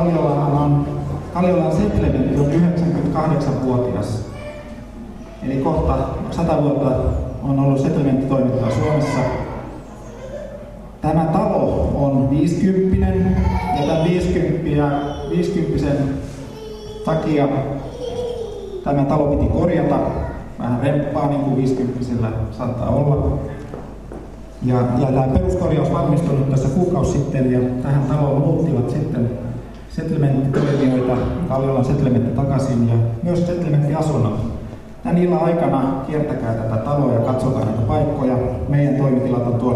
Kalliolan Settlementti on 98-vuotias. Eli kohta 100 vuotta on ollut Settlementti-toimintaa Suomessa. Tämä talo on 50 ja tämän 50 takia tämä talo piti korjata. Vähän remppaa, niin kuin 50 saattaa olla. Ja tämä peruskorjaus valmistunut tässä kuukausi sitten ja tähän taloon muuttivat sitten Settlementti-toimijoita, Kalliolan Settlementti takaisin ja myös Settlementti-asunnot. Tän illan aikana kiertäkää tätä taloa ja katsokaa näitä paikkoja. Meidän toimitilat on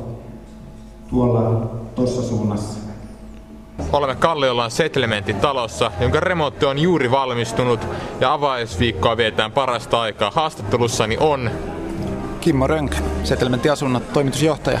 tuossa suunnassa. Olemme Kalliolan Settlementti-talossa, jonka remontti on juuri valmistunut ja avajaisviikkoa vietään parasta aikaa. Haastattelussani on Kimmo Rönk, Settlementti-asunnot toimitusjohtaja.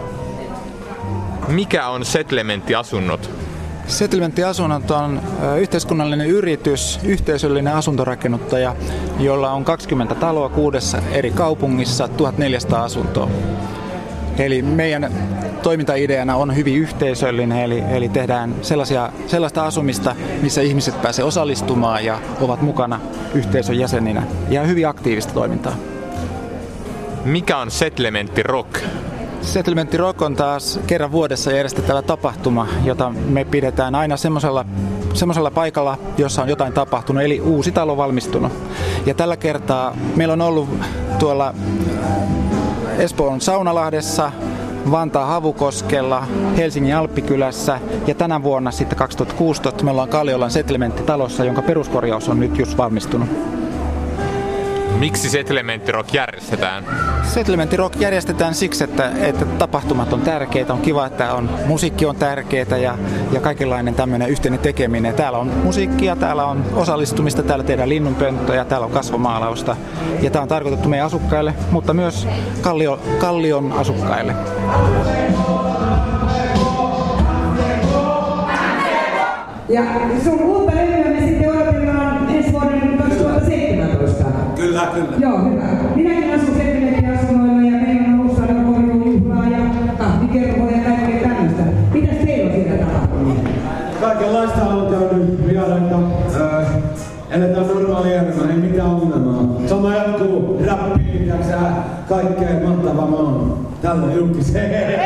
Mikä on Settlementti-asunnot? Settlementti-asunnot on yhteiskunnallinen yritys, yhteisöllinen asuntorakennuttaja, jolla on 20 taloa 6 eri kaupungissa, 1400 asuntoa. Eli meidän toimintaideana on hyvin yhteisöllinen, eli tehdään sellaista asumista, missä ihmiset pääsevät osallistumaan ja ovat mukana yhteisön jäseninä. Ja hyvin aktiivista toimintaa. Mikä on Settlementti Rock? Settlementti Rock on taas kerran vuodessa järjestettävä tapahtuma, jota me pidetään aina semmoisella paikalla, jossa on jotain tapahtunut, eli uusi talo valmistunut. Ja tällä kertaa meillä on ollut tuolla Espoon Saunalahdessa, Vantaan Havukoskella, Helsingin Alppikylässä ja tänä vuonna sitten 2016 me ollaan Kalliolan Settlementti-talossa, jonka peruskorjaus on nyt just valmistunut. Miksi Settlementti Rock järjestetään? Settlementti Rock järjestetään siksi, että tapahtumat on tärkeitä, on kiva, että musiikki on tärkeää ja kaikenlainen tämmöinen yhteinen tekeminen. Täällä on musiikkia, täällä on osallistumista, täällä tehdään linnunpönttöjä, täällä on kasvomaalausta ja tämä on tarkoitettu meidän asukkaille, mutta myös Kallion asukkaille. Ja sun uutta levyä me sitten odotellaan ensi vuoden 2017. Kyllä. Joo, hyvä. Minäkin asun Settlementti-asunnoilla ja meillä on ollut saada korjujuhlaa ja kahvikerhoa ja kaikkea tämmöistä. Mitäs teillä on siellä tapahtunut? Kaikenlaista on käynyt vieraita. Eletään normaalia elämää, ei mitään ongelmaa. Sama jatkuu rappiin, tiiäksä, kaikkea mahtavaa maan tällä julkiseen.